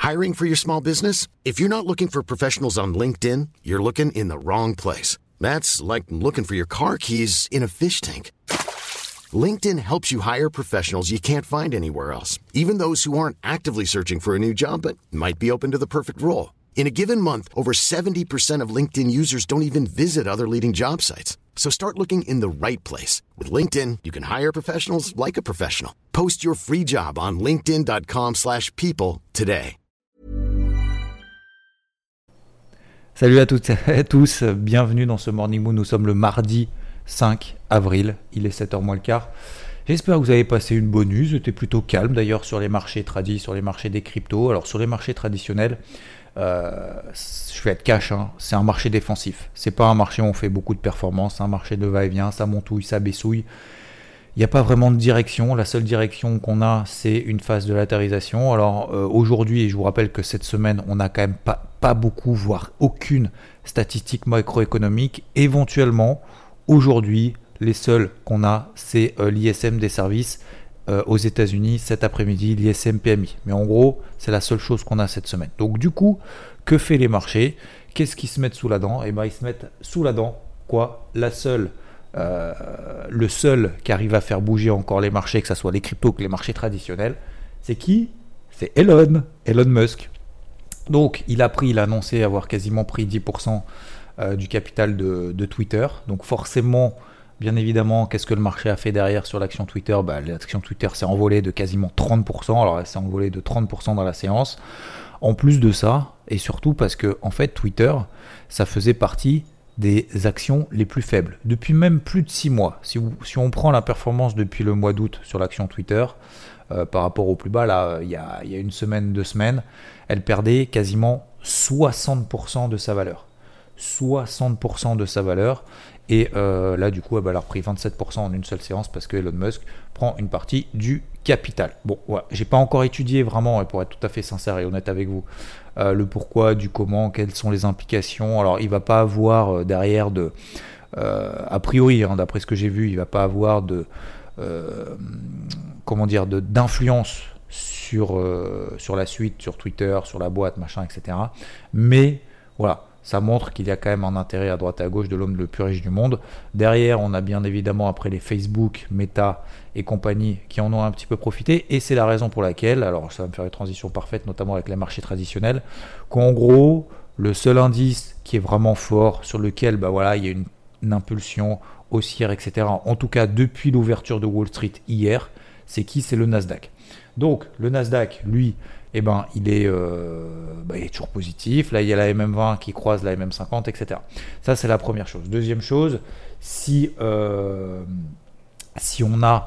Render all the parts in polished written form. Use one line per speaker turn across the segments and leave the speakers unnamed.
Hiring for your small business? If you're not looking for professionals on LinkedIn, you're looking in the wrong place. That's like looking for your car keys in a fish tank. LinkedIn helps you hire professionals you can't find anywhere else, even those who aren't actively searching for a new job but might be open to the perfect role. In a given month, over 70% of LinkedIn users don't even visit other leading job sites. So start looking in the right place. With LinkedIn, you can hire professionals like a professional. Post your free job on linkedin.com/people today.
Salut à toutes et à tous, bienvenue dans ce Morning Moon. Nous sommes le mardi 5 avril, il est 7h moins le quart. J'espère que vous avez passé une bonne nuit, c'était plutôt calme d'ailleurs sur les marchés tradis, sur les marchés des cryptos. Alors sur les marchés traditionnels, je vais être cash, c'est un marché défensif. C'est pas un marché où on fait beaucoup de performances, c'est un marché de va-et-vient, ça montouille, ça baissouille. Il n'y a pas vraiment de direction, la seule direction qu'on a, c'est une phase de latérisation. Alors aujourd'hui, et je vous rappelle que cette semaine, on n'a quand même pas beaucoup, voire aucune statistique macroéconomique. Éventuellement, aujourd'hui, les seuls qu'on a, c'est l'ISM des services aux États-Unis cet après-midi, l'ISM PMI. Mais en gros, c'est la seule chose qu'on a cette semaine. Donc du coup, que fait les marchés? Qu'est-ce qu'ils se mettent sous la dent? Eh bien, ils se mettent sous la dent quoi? Le seul qui arrive à faire bouger encore les marchés, que ce soit les cryptos que les marchés traditionnels, c'est qui? C'est Elon Musk. Donc il a annoncé avoir quasiment pris 10% du capital de Twitter. Donc forcément, bien évidemment, qu'est-ce que le marché a fait derrière sur l'action Twitter? L'action Twitter s'est envolée de quasiment 30%. Alors elle s'est envolée de 30% dans la séance. En plus de ça, et surtout parce que en fait Twitter, ça faisait partie des actions les plus faibles depuis même plus de 6 mois. Si on prend la performance depuis le mois d'août sur l'action Twitter, par rapport au plus bas, là, il y a une semaine, 2 semaines, elle perdait quasiment 60% de sa valeur. 60% de sa valeur. Et là, du coup, elle a repris 27% en une seule séance parce que Elon Musk prend une partie du capital. Bon, ouais, j'ai pas encore étudié vraiment, et pour être tout à fait sincère et honnête avec vous, le pourquoi, du comment, quelles sont les implications. Alors, il va pas avoir derrière a priori, d'après ce que j'ai vu, il va pas avoir d'influence sur la suite, sur Twitter, sur la boîte, machin, etc. Mais voilà, ça montre qu'il y a quand même un intérêt à droite et à gauche de l'homme le plus riche du monde. Derrière, on a bien évidemment après les Facebook, Meta et compagnie qui en ont un petit peu profité. Et c'est la raison pour laquelle, alors ça va me faire une transition parfaite, notamment avec les marchés traditionnels, qu'en gros, le seul indice qui est vraiment fort, sur lequel il y a une impulsion haussière, etc. En tout cas, depuis l'ouverture de Wall Street hier, c'est qui? C'est le Nasdaq. Donc, le Nasdaq, lui, il est toujours positif. Là, il y a la MM20 qui croise la MM50, etc. Ça, c'est la première chose. Deuxième chose, si on a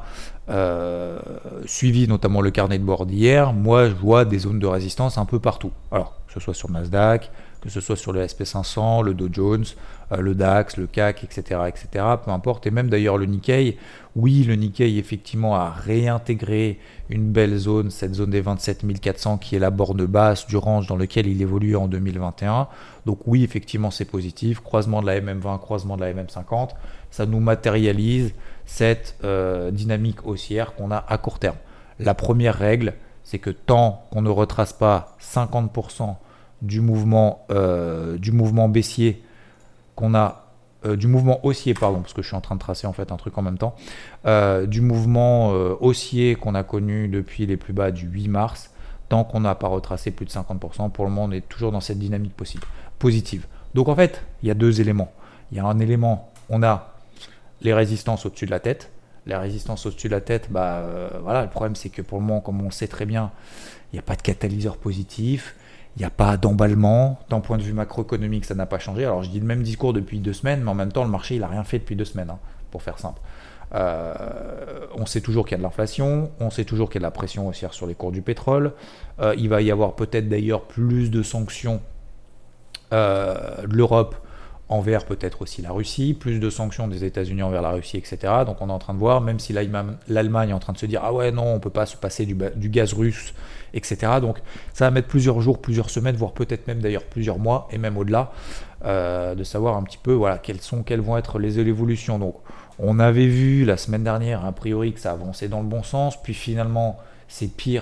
suivi notamment le carnet de bord d'hier, moi, je vois des zones de résistance un peu partout. Alors, que ce soit sur le Nasdaq, que ce soit sur le SP500, le Dow Jones, le DAX, le CAC, etc., peu importe. Et même d'ailleurs le Nikkei. Oui, le Nikkei effectivement a réintégré une belle zone, cette zone des 27 400 qui est la borne basse du range dans lequel il évolue en 2021. Donc oui, effectivement c'est positif. Croisement de la MM20, croisement de la MM50, ça nous matérialise cette dynamique haussière qu'on a à court terme. La première règle, c'est que tant qu'on ne retrace pas 50% du mouvement baissier qu'on a, du mouvement haussier, parce que je suis en train de tracer en fait un truc en même temps, du mouvement haussier qu'on a connu depuis les plus bas du 8 mars, tant qu'on n'a pas retracé plus de 50%, pour le moment on est toujours dans cette dynamique positive. Donc en fait, il y a deux éléments. Il y a un élément, on a les résistances au-dessus de la tête. Les résistances au-dessus de la tête, le problème c'est que pour le moment, comme on le sait très bien, il n'y a pas de catalyseur positif. Il n'y a pas d'emballement. D'un point de vue macroéconomique, ça n'a pas changé. Alors, je dis le même discours depuis 2 semaines, mais en même temps, le marché, il n'a rien fait depuis 2 semaines, pour faire simple. On sait toujours qu'il y a de l'inflation, on sait toujours qu'il y a de la pression haussière sur les cours du pétrole. Il va y avoir peut-être d'ailleurs plus de sanctions de l'Europe envers peut-être aussi la Russie, plus de sanctions des États-Unis envers la Russie, etc. Donc on est en train de voir, même si l'Allemagne est en train de se dire « Ah ouais, non, on ne peut pas se passer du gaz russe, etc. » Donc ça va mettre plusieurs jours, plusieurs semaines, voire peut-être même d'ailleurs plusieurs mois, et même au-delà, de savoir un petit peu quelles vont être les évolutions. Donc on avait vu la semaine dernière, a priori, que ça avançait dans le bon sens, puis finalement c'est pire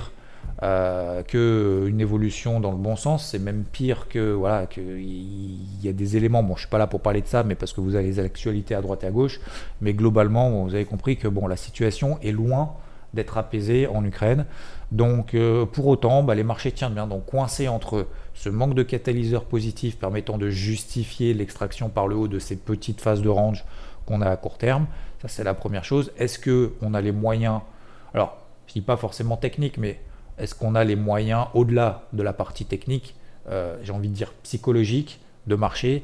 qu'une évolution dans le bon sens. C'est même pire que voilà, qu'il y a des éléments. Bon, je suis pas là pour parler de ça, mais parce que vous avez les actualités à droite et à gauche. Mais globalement, bon, vous avez compris que bon, la situation est loin d'être apaisée en Ukraine. Donc, pour autant, les marchés tiennent bien. Donc, coincés entre ce manque de catalyseurs positifs permettant de justifier l'extraction par le haut de ces petites phases de range qu'on a à court terme. Ça, c'est la première chose. Est-ce qu'on a les moyens? Alors, je dis pas forcément technique, mais est-ce qu'on a les moyens, au-delà de la partie technique, j'ai envie de dire psychologique, de marché,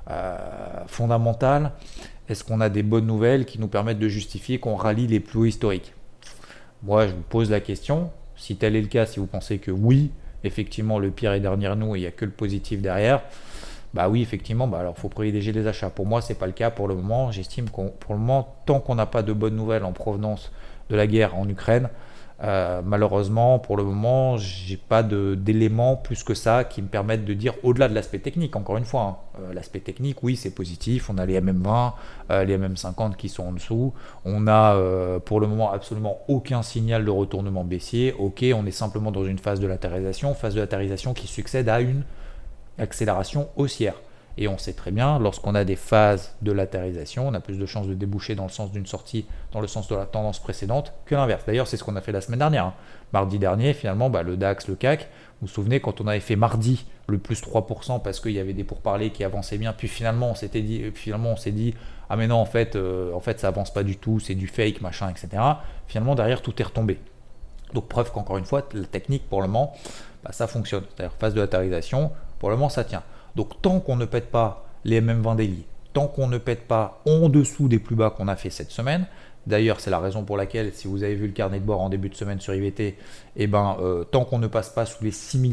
fondamentale? Est-ce qu'on a des bonnes nouvelles qui nous permettent de justifier qu'on rallie les plus hauts historiques? Moi, je vous pose la question. Si tel est le cas, si vous pensez que oui, effectivement, le pire est derrière nous et il n'y a que le positif derrière, oui, effectivement, alors il faut privilégier les achats. Pour moi, ce n'est pas le cas pour le moment. J'estime que pour le moment, tant qu'on n'a pas de bonnes nouvelles en provenance de la guerre en Ukraine, malheureusement, pour le moment, j'ai pas d'éléments plus que ça qui me permettent de dire, au-delà de l'aspect technique, encore une fois, l'aspect technique, oui, c'est positif, on a les MM20, les MM50 qui sont en dessous, on a pour le moment absolument aucun signal de retournement baissier, ok, on est simplement dans une phase de latérisation qui succède à une accélération haussière. Et on sait très bien, lorsqu'on a des phases de latérisation, on a plus de chances de déboucher dans le sens d'une sortie, dans le sens de la tendance précédente, que l'inverse. D'ailleurs, c'est ce qu'on a fait la semaine dernière. Mardi dernier, finalement, le DAX, le CAC, vous vous souvenez, quand on avait fait mardi le plus 3% parce qu'il y avait des pourparlers qui avançaient bien, puis finalement, on s'est dit, ah mais non, en fait, ça avance pas du tout, c'est du fake, machin, etc. Finalement, derrière, tout est retombé. Donc, preuve qu'encore une fois, la technique, pour le moment, ça fonctionne. C'est-à-dire, phase de latérisation, pour le moment, ça tient. Donc tant qu'on ne pète pas les MM20 daily, tant qu'on ne pète pas en dessous des plus bas qu'on a fait cette semaine, d'ailleurs c'est la raison pour laquelle, si vous avez vu le carnet de bord en début de semaine sur IVT, tant qu'on ne passe pas sous les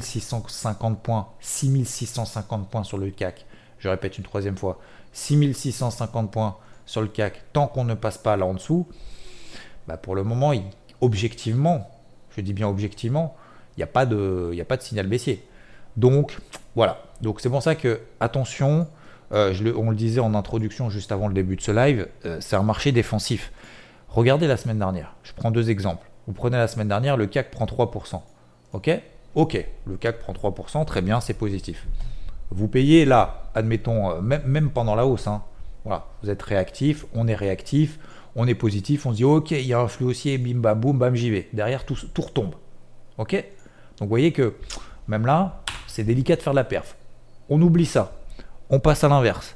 6650 points sur le CAC, je répète une troisième fois, 6650 points sur le CAC, tant qu'on ne passe pas là en dessous, pour le moment, objectivement, je dis bien objectivement, il n'y a pas de signal baissier. Donc voilà, donc c'est pour ça que attention, on le disait en introduction juste avant le début de ce live, c'est un marché défensif. Regardez la semaine dernière, je prends deux exemples. Vous prenez la semaine dernière, le CAC prend 3%. Ok, le CAC prend 3%, très bien, c'est positif. Vous payez là, admettons, même pendant la hausse, voilà, vous êtes réactif, on est réactif, on est positif, on se dit ok, il y a un flux haussier, bim bam boum, bam j'y vais. Derrière, tout retombe. Ok, donc vous voyez que même là, c'est délicat de faire de la perf. On oublie ça. On passe à l'inverse.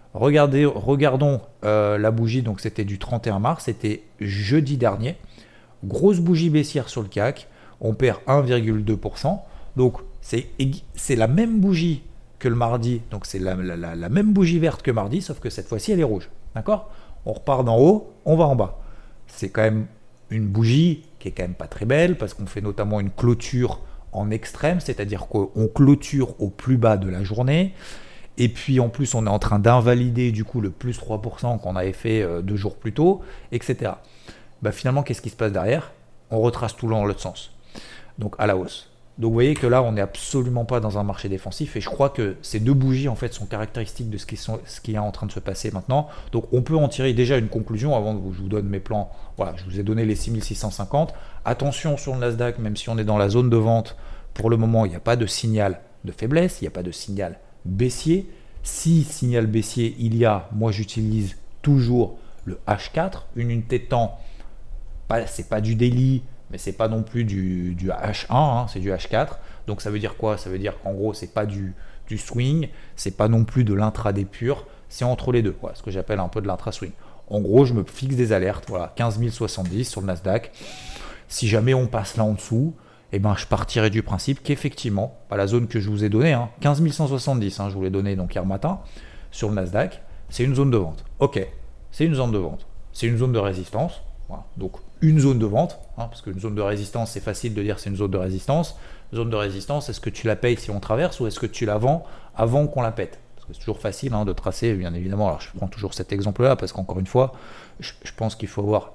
Regardons la bougie, donc c'était du 31 mars, c'était jeudi dernier. Grosse bougie baissière sur le CAC, on perd 1,2%. Donc c'est la même bougie que le mardi, donc c'est la même bougie verte que mardi, sauf que cette fois-ci elle est rouge. D'accord ? On repart d'en haut, on va en bas. C'est quand même une bougie qui est quand même pas très belle, parce qu'on fait notamment une clôture en extrême, c'est-à-dire qu'on clôture au plus bas de la journée, et puis en plus on est en train d'invalider du coup le plus 3% qu'on avait fait 2 jours plus tôt, etc. Finalement, qu'est-ce qui se passe derrière ? On retrace tout dans l'autre sens, donc à la hausse. Donc vous voyez que là on n'est absolument pas dans un marché défensif, et je crois que ces deux bougies en fait sont caractéristiques de ce qui est en train de se passer maintenant. Donc on peut en tirer déjà une conclusion avant que je vous donne mes plans. Voilà, je vous ai donné les 6650. Attention sur le Nasdaq, même si on est dans la zone de vente, pour le moment il n'y a pas de signal de faiblesse, il n'y a pas de signal baissier. Si signal baissier il y a, moi j'utilise toujours le H4, une unité de temps, c'est pas du daily, mais c'est pas non plus du H1, c'est du H4. Donc ça veut dire quoi ? Ça veut dire qu'en gros c'est pas du swing, c'est pas non plus de l'intraday pur, c'est entre les deux, ce que j'appelle un peu de l'intra-swing. En gros, je me fixe des alertes, 15 070 sur le Nasdaq. Si jamais on passe là en dessous, je partirai du principe qu'effectivement, la zone que je vous ai donnée, 15 170, je vous l'ai donné donc hier matin, sur le Nasdaq, c'est une zone de vente. Ok, c'est une zone de vente. C'est une zone de résistance. Voilà. Donc une zone de vente, parce qu'une zone de résistance, c'est facile de dire c'est une zone de résistance. Zone de résistance, est-ce que tu la payes si on traverse ou est-ce que tu la vends avant qu'on la pète ? Parce que c'est toujours facile de tracer, bien évidemment. Alors je prends toujours cet exemple-là parce qu'encore une fois, je pense qu'il faut avoir...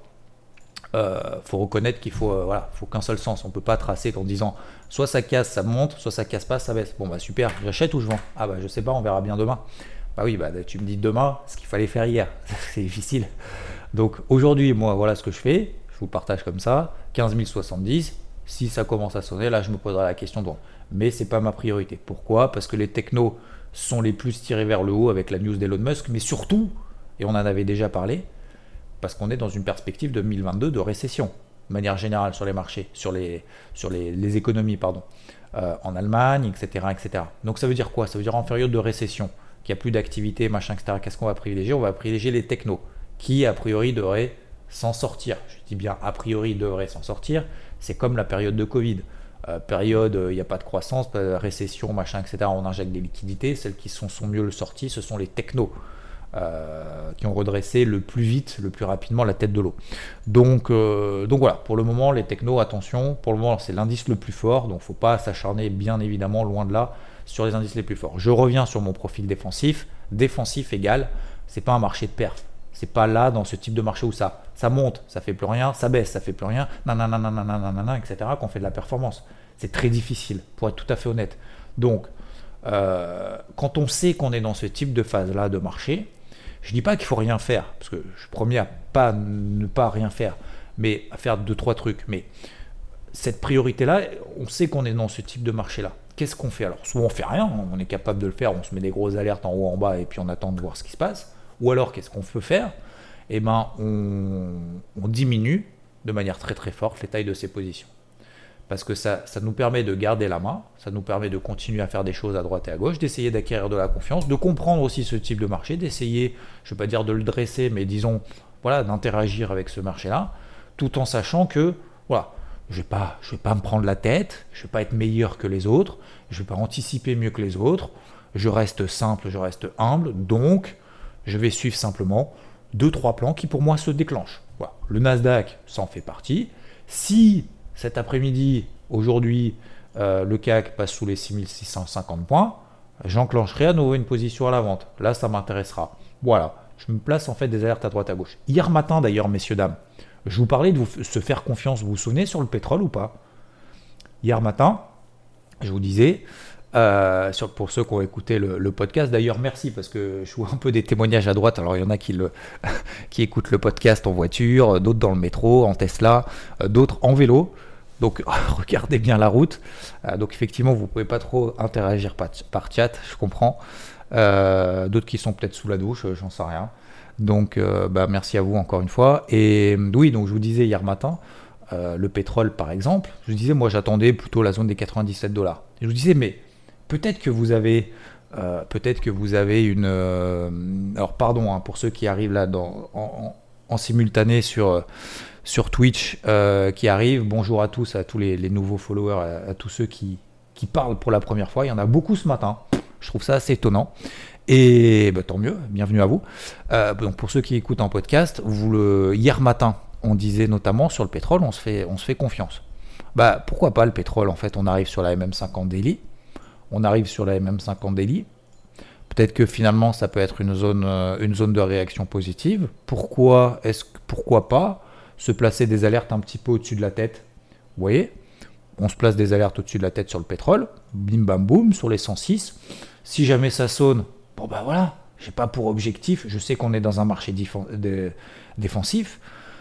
faut reconnaître qu'il faut qu'un seul sens. On peut pas tracer en disant soit ça casse, ça monte, soit ça casse pas, ça baisse. Bon super, j'achète ou je vends ? Je sais pas, on verra bien demain. Tu me dis demain ce qu'il fallait faire hier. C'est difficile. Donc aujourd'hui, moi voilà ce que je fais. Je vous le partage comme ça. 15 070, Si ça commence à sonner, là je me poserai la question de vendre. Mais c'est pas ma priorité. Pourquoi? Parce que les technos sont les plus tirés vers le haut avec la news d'Elon Musk, mais surtout, et on en avait déjà parlé, parce qu'on est dans une perspective 2022 de récession, de manière générale sur les marchés, sur les économies, pardon, en Allemagne, etc., etc. Donc ça veut dire quoi? Ça veut dire en période de récession, qu'il n'y a plus d'activité, machin, etc. Qu'est-ce qu'on va privilégier? On va privilégier les technos, qui a priori devraient s'en sortir. Je dis bien a priori devraient s'en sortir. C'est comme la période de Covid. Période, il n'y a pas de croissance, récession, machin, etc. On injecte des liquidités. Celles qui sont mieux sorties, ce sont les technos. Qui ont redressé le plus vite, le plus rapidement la tête de l'eau. Donc voilà, pour le moment, les technos, attention, pour le moment, c'est l'indice le plus fort, donc il ne faut pas s'acharner, bien évidemment, loin de là, sur les indices les plus forts. Je reviens sur mon profil défensif. Défensif égale, c'est pas un marché de perf. C'est pas là, dans ce type de marché où ça monte, ça fait plus rien, ça baisse, ça fait plus rien, nanana, etc., qu'on fait de la performance. C'est très difficile, pour être tout à fait honnête. Donc, quand on sait qu'on est dans ce type de phase-là de marché, je ne dis pas qu'il faut rien faire, parce que je suis premier à ne pas rien faire, mais à faire 2-3 trucs. Mais cette priorité-là, on sait qu'on est dans ce type de marché-là. Qu'est-ce qu'on fait alors? Soit on fait rien, on est capable de le faire, on se met des grosses alertes en haut, en bas, et puis on attend de voir ce qui se passe. Ou alors, qu'est-ce qu'on peut faire? Eh ben, on diminue de manière très très forte les tailles de ces positions. Parce que ça nous permet de garder la main, ça nous permet de continuer à faire des choses à droite et à gauche, d'essayer d'acquérir de la confiance, de comprendre aussi ce type de marché, d'essayer, je ne vais pas dire de le dresser, mais disons, voilà, d'interagir avec ce marché-là, tout en sachant que, voilà, je vais pas me prendre la tête, je ne vais pas être meilleur que les autres, je ne vais pas anticiper mieux que les autres, je reste simple, je reste humble, donc je vais suivre simplement 2-3 plans qui pour moi se déclenchent. Voilà. Le Nasdaq, ça en fait partie. Si cet après-midi, aujourd'hui, le CAC passe sous les 6650 points, j'enclencherai à nouveau une position à la vente. Là, ça m'intéressera. Voilà, je me place en fait des alertes à droite à gauche. Hier matin d'ailleurs, messieurs, dames, je vous parlais de se faire confiance. Vous vous souvenez sur le pétrole ou pas? Hier matin, je vous disais, pour ceux qui ont écouté le podcast, d'ailleurs merci parce que je vois un peu des témoignages à droite. Alors il y en a qui écoutent le podcast en voiture, d'autres dans le métro, en Tesla, d'autres en vélo. Donc regardez bien la route. Donc effectivement vous ne pouvez pas trop interagir par chat, je comprends. D'autres qui sont peut-être sous la douche, j'en sais rien. Donc merci à vous encore une fois. Et oui, donc je vous disais hier matin, le pétrole par exemple, je vous disais moi j'attendais plutôt la zone des $97. Et je vous disais mais peut-être que vous avez une... alors pardon pour ceux qui arrivent là en simultané sur Twitch qui arrivent. Bonjour à tous les nouveaux followers, à tous ceux qui parlent pour la première fois. Il y en a beaucoup ce matin. Je trouve ça assez étonnant. Et tant mieux, bienvenue à vous. Donc pour ceux qui écoutent en podcast, hier matin, on disait notamment sur le pétrole, on se fait confiance. Pourquoi pas le pétrole? En fait, on arrive sur la MM50 daily. On arrive sur la MM50 daily. Peut-être que finalement, ça peut être une zone de réaction positive. Pourquoi pas se placer des alertes un petit peu au-dessus de la tête? Vous voyez, on se place des alertes au-dessus de la tête sur le pétrole. Bim bam boum sur les 106. Si jamais ça sonne, voilà. J'ai pas pour objectif. Je sais qu'on est dans un marché défensif.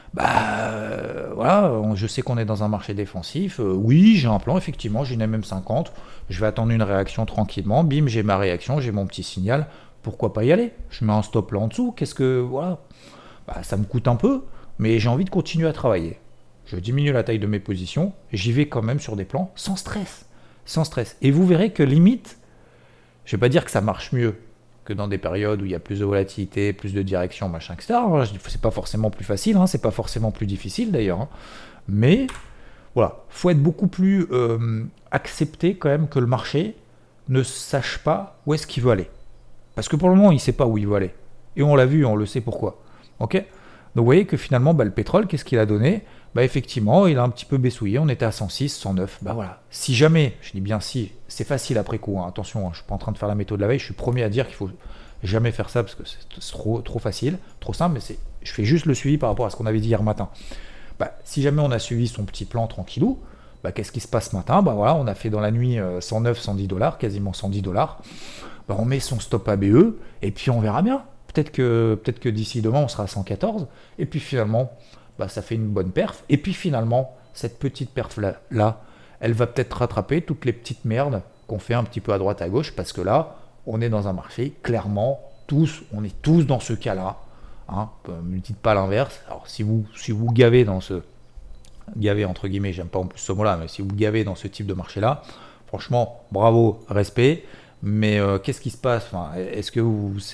Voilà, je sais qu'on est dans un marché défensif. Oui, j'ai un plan, effectivement, j'ai une MM50. Je vais attendre une réaction tranquillement. Bim, j'ai ma réaction, j'ai mon petit signal. Pourquoi pas y aller? Je mets un stop là en dessous. Voilà. Ça me coûte un peu, mais j'ai envie de continuer à travailler. Je diminue la taille de mes positions. J'y vais quand même sur des plans sans stress. Sans stress. Et vous verrez que limite, je vais pas dire que ça marche mieux que dans des périodes où il y a plus de volatilité, plus de direction, machin, etc. C'est pas forcément plus facile, c'est pas forcément plus difficile d'ailleurs. Mais voilà, faut être beaucoup plus accepté quand même que le marché ne sache pas où est-ce qu'il veut aller. Parce que pour le moment, il ne sait pas où il veut aller. Et on l'a vu, on le sait pourquoi. Ok ? Donc vous voyez que finalement, le pétrole, qu'est-ce qu'il a donné ? Effectivement, il a un petit peu baissouillé, on était à 106, 109, voilà. Si jamais, je dis bien si, c'est facile après coup, attention, je ne suis pas en train de faire la méthode de la veille, je suis premier à dire qu'il faut jamais faire ça parce que c'est trop facile, trop simple, mais je fais juste le suivi par rapport à ce qu'on avait dit hier matin. Si jamais on a suivi son petit plan tranquillou, qu'est-ce qui se passe ce matin ? Voilà, on a fait dans la nuit 109, 110 $, quasiment 110 $. On met son stop ABE et puis on verra bien. Peut-être que d'ici demain, on sera à 114, et puis finalement, ça fait une bonne perf, et puis finalement, cette petite perf-là, elle va peut-être rattraper toutes les petites merdes qu'on fait un petit peu à droite à gauche, parce que là, on est dans un marché, clairement, on est tous dans ce cas-là. Hein, ne me dites pas l'inverse. Alors, si vous gavez dans ce... Gaver, entre guillemets, j'aime pas en plus ce mot-là, mais si vous gavez dans ce type de marché-là, franchement, bravo, respect. Mais qu'est-ce qui se passe? Enfin, est-ce que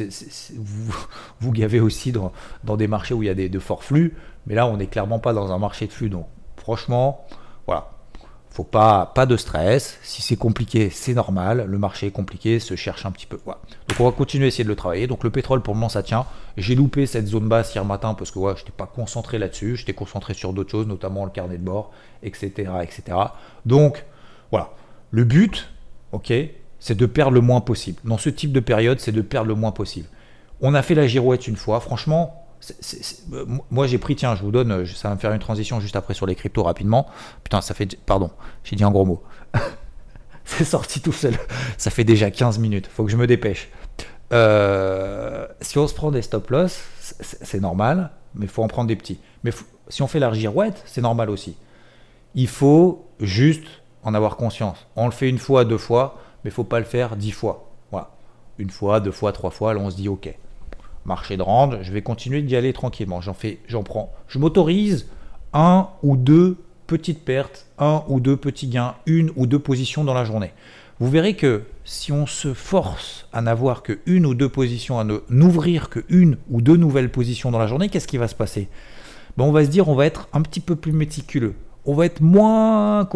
vous gavez aussi dans des marchés où il y a de forts flux? Mais là, on n'est clairement pas dans un marché de flux. Donc, franchement, voilà. Faut pas de stress. Si c'est compliqué, c'est normal. Le marché est compliqué, se cherche un petit peu. Voilà. Donc, on va continuer à essayer de le travailler. Donc, le pétrole, pour le moment, ça tient. J'ai loupé cette zone basse hier matin parce que je n'étais pas concentré là-dessus. J'étais concentré sur d'autres choses, notamment le carnet de bord, etc., etc. Donc, voilà. Le but, ok, c'est de perdre le moins possible. Dans ce type de période, c'est de perdre le moins possible. On a fait la girouette une fois. Franchement, moi j'ai pris, tiens, je vous donne, ça va me faire une transition juste après sur les cryptos rapidement. Putain, pardon, j'ai dit un gros mot. C'est sorti tout seul. Ça fait déjà 15 minutes. Faut que je me dépêche. Si on se prend des stop loss, c'est normal, mais il faut en prendre des petits. Mais si on fait la girouette, c'est normal aussi. Il faut juste en avoir conscience. On le fait une fois, deux fois, mais il ne faut pas le faire 10 fois. Voilà. Une fois, deux fois, trois fois, là on se dit ok. Marché de rente, je vais continuer d'y aller tranquillement. J'en prends. Je m'autorise un ou deux petites pertes, un ou deux petits gains, une ou deux positions dans la journée. Vous verrez que si on se force à n'avoir que une ou deux positions, à n'ouvrir que une ou deux nouvelles positions dans la journée, qu'est-ce qui va se passer? On va se dire, on va être un petit peu plus méticuleux. On va être moins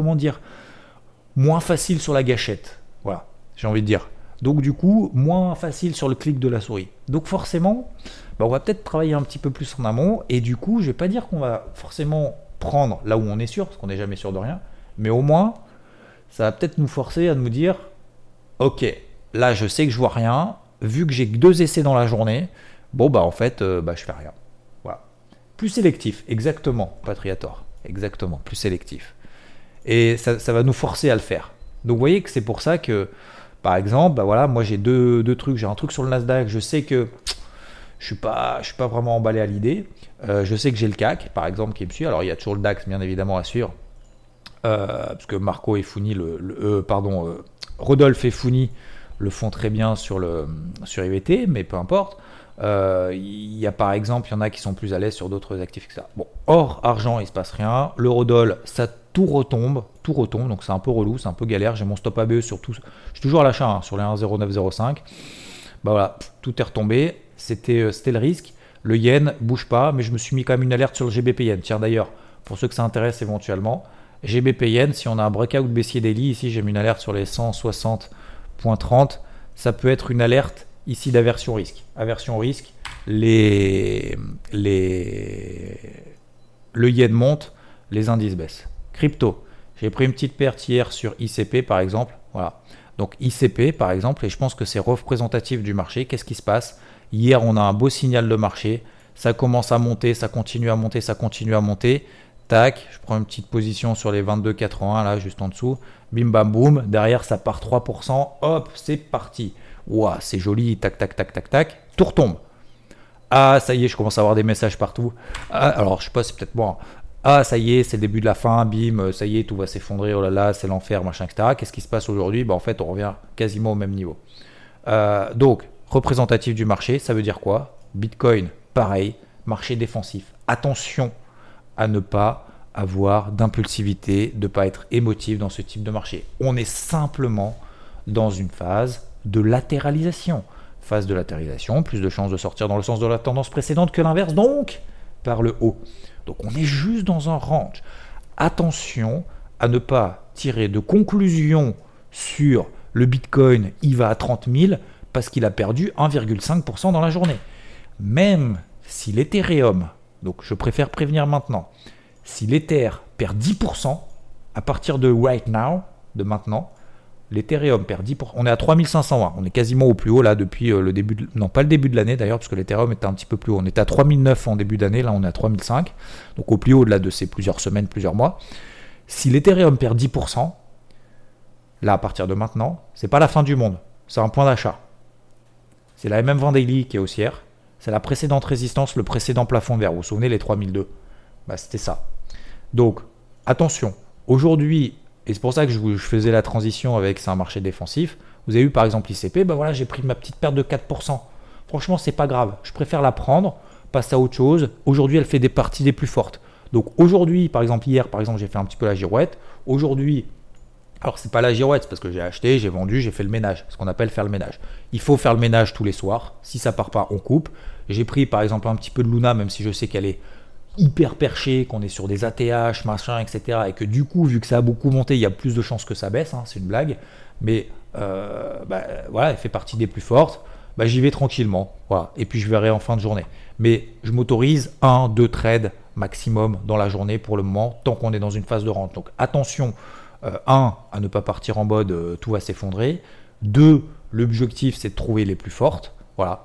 facile sur la gâchette. Voilà, j'ai envie de dire. Donc du coup, moins facile sur le clic de la souris. Donc forcément, on va peut-être travailler un petit peu plus en amont. Et du coup, je ne vais pas dire qu'on va forcément prendre là où on est sûr, parce qu'on n'est jamais sûr de rien. Mais au moins, ça va peut-être nous forcer à nous dire, ok, là je sais que je vois rien. Vu que j'ai que 2 essais dans la journée, en fait, je fais rien. Voilà. Plus sélectif, exactement, Patriator. Exactement, plus sélectif. Et ça va nous forcer à le faire. Donc vous voyez que c'est pour ça que, par exemple, moi j'ai deux trucs. J'ai un truc sur le Nasdaq, je sais que je suis pas vraiment emballé à l'idée. Je sais que j'ai le CAC, par exemple, qui me suit. Alors il y a toujours le DAX, bien évidemment, à suivre. Parce que Marco et Founi, Rodolphe et Founi le font très bien sur IVT, mais peu importe. Il y a par exemple, il y en a qui sont plus à l'aise sur d'autres actifs que ça. Bon, or, argent, il se passe rien. L'eurodoll, ça tout retombe, donc c'est un peu relou, c'est un peu galère. J'ai mon stop ABE sur tout. Je suis toujours à l'achat sur les 1,0905. Voilà, tout est retombé. C'était le risque. Le yen bouge pas, mais je me suis mis quand même une alerte sur le GBP yen. Tiens d'ailleurs, pour ceux que ça intéresse éventuellement, GBP yen, si on a un breakout baissier daily, ici j'ai mis une alerte sur les 160.30, ça peut être une alerte ici d'aversion risque. Aversion risque, le yen monte, les indices baissent. Crypto, j'ai pris une petite perte hier sur ICP par exemple. Voilà. Donc ICP par exemple, et je pense que c'est représentatif du marché. Qu'est-ce qui se passe? Hier, on a un beau signal de marché. Ça commence à monter, ça continue à monter, ça continue à monter. Tac, je prends une petite position sur les 22,81 là, juste en dessous. Bim bam boum. Derrière, ça part 3%. Hop, c'est parti. Ouah, c'est joli. Tac, tac, tac, tac, tac. Tout retombe. Ah, ça y est, je commence à avoir des messages partout. Ah, alors, je sais pas, c'est peut-être moi. Ah, ça y est, c'est le début de la fin. Bim, ça y est, tout va s'effondrer. Oh là là, c'est l'enfer, machin, etc. Qu'est-ce qui se passe aujourd'hui? En fait, on revient quasiment au même niveau. Donc, représentatif du marché, ça veut dire quoi? Bitcoin, pareil. Marché défensif. Attention à ne pas avoir d'impulsivité, de ne pas être émotif dans ce type de marché. On est simplement dans une phase de latéralisation. Phase de latéralisation, plus de chances de sortir dans le sens de la tendance précédente que l'inverse, donc par le haut. Donc on est juste dans un range. Attention à ne pas tirer de conclusion sur le Bitcoin, il va à 30 000 parce qu'il a perdu 1,5% dans la journée. Même si l'Ethereum, donc je préfère prévenir maintenant, si l'Ether perd 10%, à partir de right now, de maintenant, l'Ethereum perd 10%, on est à 3520, on est quasiment au plus haut là depuis le début, non pas le début de l'année d'ailleurs, parce que l'Ethereum était un petit peu plus haut, on était à 3009 en début d'année, là on est à 3005, donc au plus haut de ces plusieurs semaines, plusieurs mois. Si l'Ethereum perd 10%, là à partir de maintenant, c'est pas la fin du monde, c'est un point d'achat. C'est la MM20 Daily qui est haussière, c'est la précédente résistance, le précédent plafond vert. Vous vous souvenez, les 3002 ? C'était ça. Donc, attention, aujourd'hui, et c'est pour ça que je faisais la transition avec c'est un marché défensif, vous avez vu par exemple l'ICP, ben voilà, j'ai pris ma petite perte de 4%. Franchement, c'est pas grave, je préfère la prendre, passer à autre chose. Aujourd'hui, elle fait des parties des plus fortes. Donc aujourd'hui, par exemple, hier, par exemple, j'ai fait un petit peu la girouette. Aujourd'hui, alors c'est pas la girouette, c'est parce que j'ai acheté, j'ai vendu, j'ai fait le ménage, ce qu'on appelle faire le ménage. Il faut faire le ménage tous les soirs. Si ça part pas, on coupe. J'ai pris par exemple un petit peu de Luna, même si je sais qu'elle est hyper perchée, qu'on est sur des ATH, machin, etc. Et que du coup, vu que ça a beaucoup monté, il y a plus de chances que ça baisse, hein, c'est une blague. Mais voilà, elle fait partie des plus fortes. J'y vais tranquillement. Voilà. Et puis je verrai en fin de journée. Mais je m'autorise 1-2 trades maximum dans la journée pour le moment, tant qu'on est dans une phase de rente. Donc attention, 1, à ne pas partir en mode tout va s'effondrer. 2, l'objectif c'est de trouver les plus fortes. Voilà.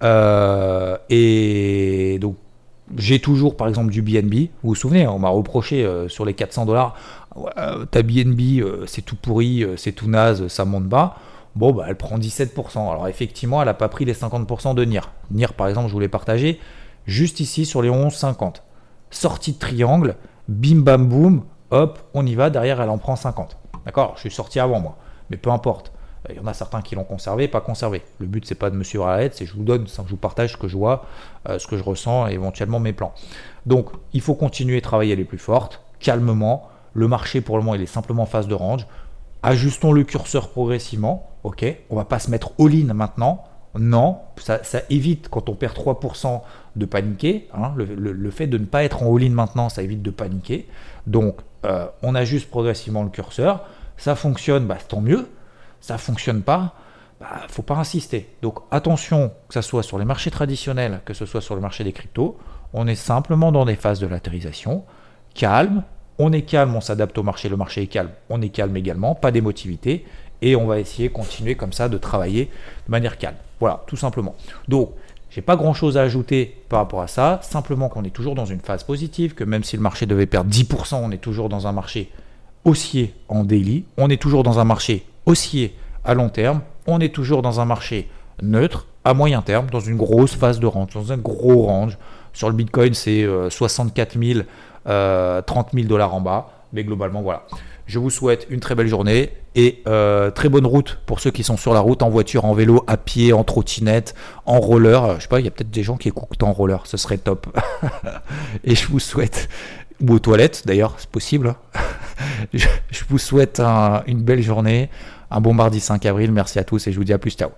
Et donc j'ai toujours par exemple du BNB. Vous vous souvenez, on m'a reproché sur les $400, ta BNB c'est tout pourri, c'est tout naze, ça monte bas. Bon, elle prend 17%. Alors effectivement, elle n'a pas pris les 50% de NIR. NIR, par exemple, je vous l'ai partagé juste ici sur les 11,50. Sortie de triangle, bim bam boum, hop, on y va. Derrière, elle en prend 50. D'accord ? Je suis sorti avant moi, mais peu importe. Il y en a certains qui l'ont conservé, pas conservé. Le but, c'est pas de me suivre à la lettre, c'est que je vous donne, je vous partage ce que je vois, ce que je ressens et éventuellement mes plans. Donc, il faut continuer à travailler les plus fortes, calmement. Le marché, pour le moment, il est simplement en phase de range. Ajustons le curseur progressivement, ok. On va pas se mettre all-in maintenant. Non, ça évite, quand on perd 3%, de paniquer. Hein. Le fait de ne pas être en all-in maintenant, ça évite de paniquer. Donc, on ajuste progressivement le curseur. Ça fonctionne, tant mieux. Ça fonctionne pas, faut pas insister. Donc, attention, que ce soit sur les marchés traditionnels, que ce soit sur le marché des cryptos, on est simplement dans des phases de latérisation. Calme. On est calme, on s'adapte au marché, le marché est calme, on est calme également, pas d'émotivité, et on va essayer de continuer comme ça, de travailler de manière calme. Voilà, tout simplement. Donc, j'ai pas grand chose à ajouter par rapport à ça, simplement qu'on est toujours dans une phase positive, que même si le marché devait perdre 10%, on est toujours dans un marché haussier en daily, on est toujours dans un marché haussier à long terme, on est toujours dans un marché neutre à moyen terme, dans une grosse phase de range, dans un gros range. Sur le Bitcoin, c'est 64 000, 30 000 $ en bas. Mais globalement, voilà. Je vous souhaite une très belle journée et très bonne route pour ceux qui sont sur la route, en voiture, en vélo, à pied, en trottinette, en roller. Je sais pas, il y a peut-être des gens qui écoutent en roller, ce serait top. Et je vous souhaite, ou aux toilettes d'ailleurs, c'est possible. Je vous souhaite une belle journée, un bon mardi 5 avril. Merci à tous et je vous dis à plus. Ciao.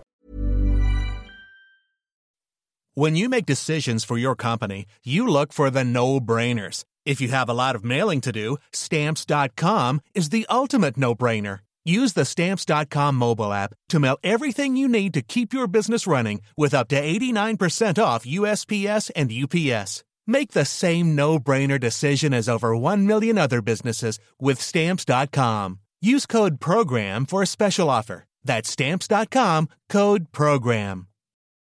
When you make decisions for your company, you look for the no-brainers. If you have a lot of mailing to do, Stamps.com is the ultimate no-brainer. Use the Stamps.com mobile app to mail everything you need to keep your business running with up to 89% off USPS and UPS. Make the same no-brainer decision as over 1 million other businesses with Stamps.com. Use code PROGRAM for a special offer. That's Stamps.com, code PROGRAM.